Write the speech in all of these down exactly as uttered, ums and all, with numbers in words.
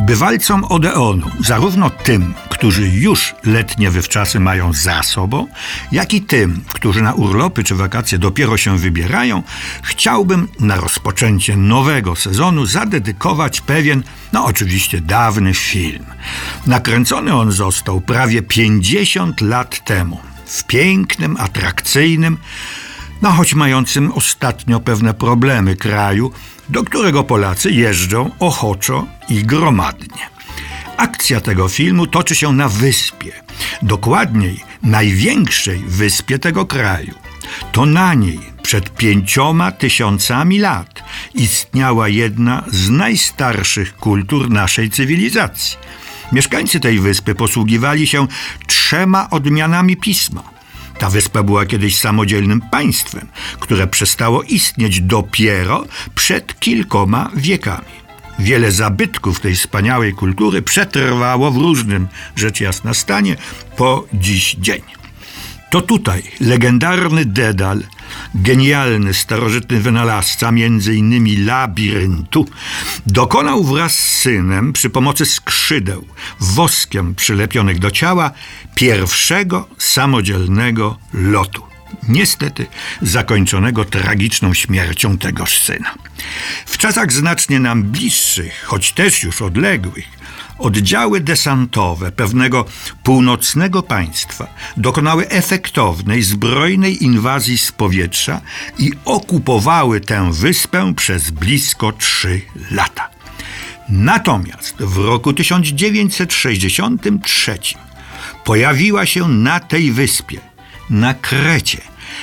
Bywalcom Odeonu, zarówno tym, którzy już letnie wywczasy mają za sobą, jak i tym, którzy na urlopy czy wakacje dopiero się wybierają, chciałbym na rozpoczęcie nowego sezonu zadedykować pewien, no oczywiście dawny film. Nakręcony on został prawie pięćdziesiąt lat temu w pięknym, atrakcyjnym, no choć mającym ostatnio pewne problemy kraju, do którego Polacy jeżdżą ochoczo i gromadnie. Akcja tego filmu toczy się na wyspie, dokładniej największej wyspie tego kraju. To na niej przed pięcioma tysiącami lat istniała jedna z najstarszych kultur naszej cywilizacji. Mieszkańcy tej wyspy posługiwali się trzema odmianami pisma. Ta wyspa była kiedyś samodzielnym państwem, które przestało istnieć dopiero przed kilkoma wiekami. Wiele zabytków tej wspaniałej kultury przetrwało w różnym, rzecz jasna, stanie po dziś dzień. To tutaj legendarny Dedal, genialny starożytny wynalazca między innymi labiryntu, dokonał wraz z synem przy pomocy skrzydeł woskiem przylepionych do ciała pierwszego samodzielnego lotu. Niestety zakończonego tragiczną śmiercią tegoż syna. W czasach znacznie nam bliższych, choć też już odległych, oddziały desantowe pewnego północnego państwa dokonały efektownej, zbrojnej inwazji z powietrza i okupowały tę wyspę przez blisko trzy lata. Natomiast w roku tysiąc dziewięćset sześćdziesiątym trzecim pojawiła się na tej wyspie, na Krecie,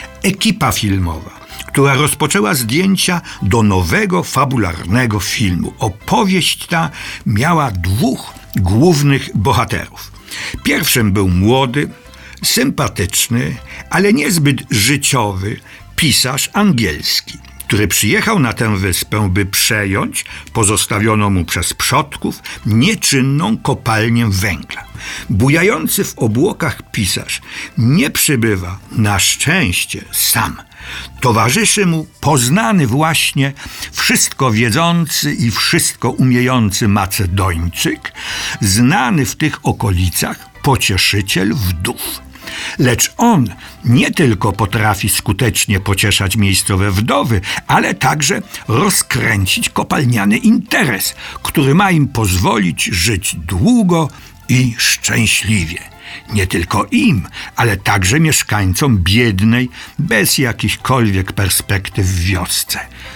ekipa filmowa, która rozpoczęła zdjęcia do nowego, fabularnego filmu. Opowieść ta miała dwóch głównych bohaterów. Pierwszym był młody, sympatyczny, ale niezbyt życiowy pisarz angielski, który przyjechał na tę wyspę, by przejąć pozostawioną mu przez przodków nieczynną kopalnię węgla. Bujający w obłokach pisarz nie przybywa na szczęście sam. Towarzyszy mu poznany właśnie, wszystko wiedzący i wszystko umiejący Macedończyk, znany w tych okolicach pocieszyciel wdów. Lecz on nie tylko potrafi skutecznie pocieszać miejscowe wdowy, ale także rozkręcić kopalniany interes, który ma im pozwolić żyć długo i szczęśliwie. Nie tylko im, ale także mieszkańcom biednej, bez jakichkolwiek perspektyw w wiosce.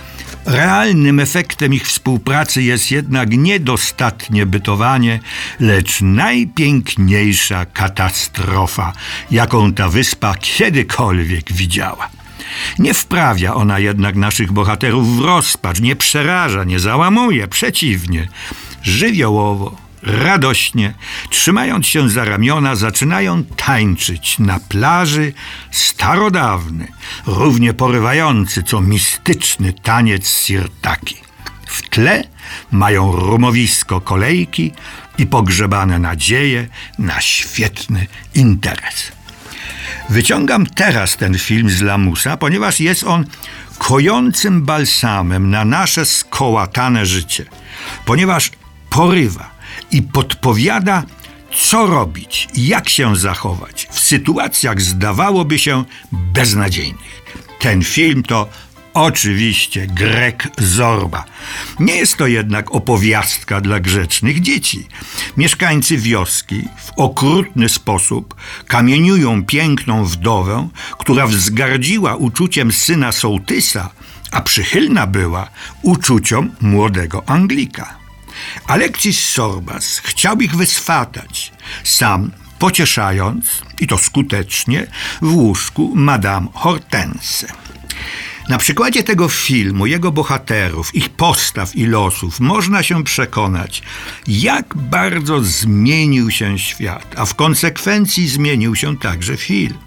Realnym efektem ich współpracy jest jednak niedostatnie bytowanie, lecz najpiękniejsza katastrofa, jaką ta wyspa kiedykolwiek widziała. Nie wprawia ona jednak naszych bohaterów w rozpacz, nie przeraża, nie załamuje, przeciwnie. Żywiołowo, radośnie, trzymając się za ramiona, zaczynają tańczyć na plaży starodawny, równie porywający, co mistyczny taniec sirtaki. W tle mają rumowisko kolejki i pogrzebane nadzieje na świetny interes. Wyciągam teraz ten film z lamusa, ponieważ jest on kojącym balsamem na nasze skołatane życie, ponieważ porywa i podpowiada, co robić, jak się zachować w sytuacjach, zdawałoby się, beznadziejnych. Ten film to oczywiście Grek Zorba. Nie jest to jednak opowiastka dla grzecznych dzieci. Mieszkańcy wioski w okrutny sposób kamieniują piękną wdowę, która wzgardziła uczuciem syna sołtysa, a przychylna była uczuciom młodego Anglika. Aleksis Sorbas chciał ich wyswatać, sam pocieszając, i to skutecznie, w łóżku Madame Hortense. Na przykładzie tego filmu, jego bohaterów, ich postaw i losów można się przekonać, jak bardzo zmienił się świat, a w konsekwencji zmienił się także film.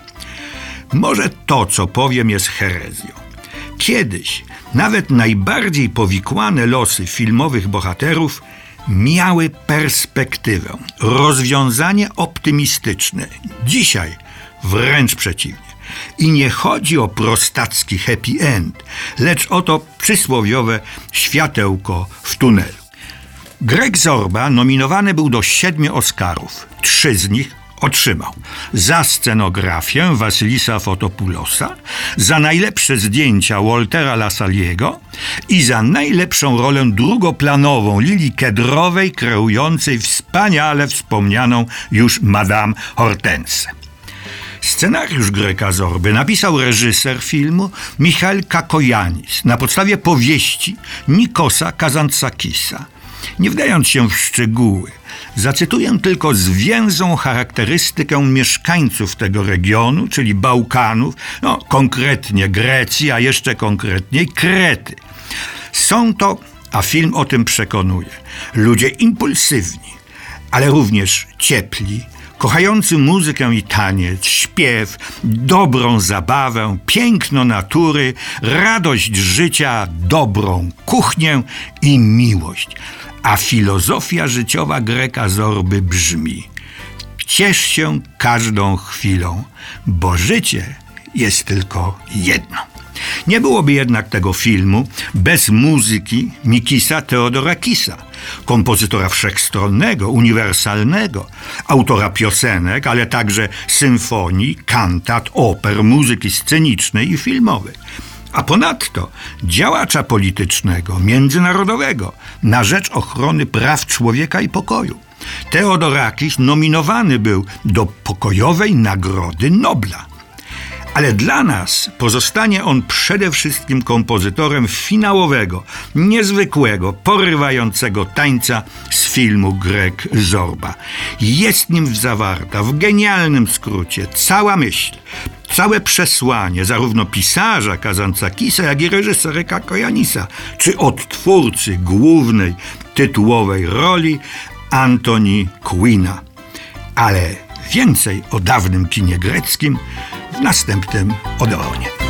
Może to, co powiem, jest herezją. Kiedyś nawet najbardziej powikłane losy filmowych bohaterów miały perspektywę, rozwiązanie optymistyczne. Dzisiaj wręcz przeciwnie. I nie chodzi o prostacki happy end, lecz o to przysłowiowe światełko w tunelu. Greg Zorba nominowany był do siedmiu Oscarów. Trzy z nich otrzymał. Za scenografię Wasilisa Fotopulosa, za najlepsze zdjęcia Waltera Lasaliego i za najlepszą rolę drugoplanową Lili Kedrowej, kreującej wspaniale wspomnianą już Madame Hortense. Scenariusz Grega Zorby napisał reżyser filmu Michael Kakoyanis na podstawie powieści Nikosa Kazantzakisa. Nie wdając się w szczegóły, zacytuję tylko zwięzłą charakterystykę mieszkańców tego regionu, czyli Bałkanów, no konkretnie Grecji, a jeszcze konkretniej Krety. Są to, a film o tym przekonuje, ludzie impulsywni, ale również ciepli, kochający muzykę i taniec, śpiew, dobrą zabawę, piękno natury, radość życia, dobrą kuchnię i miłość. A filozofia życiowa Grega Zorby brzmi: ciesz się każdą chwilą, bo życie jest tylko jedno. Nie byłoby jednak tego filmu bez muzyki Mikisa Theodorakisa, kompozytora wszechstronnego, uniwersalnego, autora piosenek, ale także symfonii, kantat, oper, muzyki scenicznej i filmowej. A ponadto działacza politycznego, międzynarodowego na rzecz ochrony praw człowieka i pokoju. Theodorakis nominowany był do Pokojowej Nagrody Nobla. Ale dla nas pozostanie on przede wszystkim kompozytorem finałowego, niezwykłego, porywającego tańca z filmu Greg Zorba. Jest nim zawarta w genialnym skrócie cała myśl, całe przesłanie zarówno pisarza Kazantzakisa, jak i reżysera Kakoyanisa, czy odtwórcy głównej, tytułowej roli Anthony Quina. Ale więcej o dawnym kinie greckim w następnym Odeonie.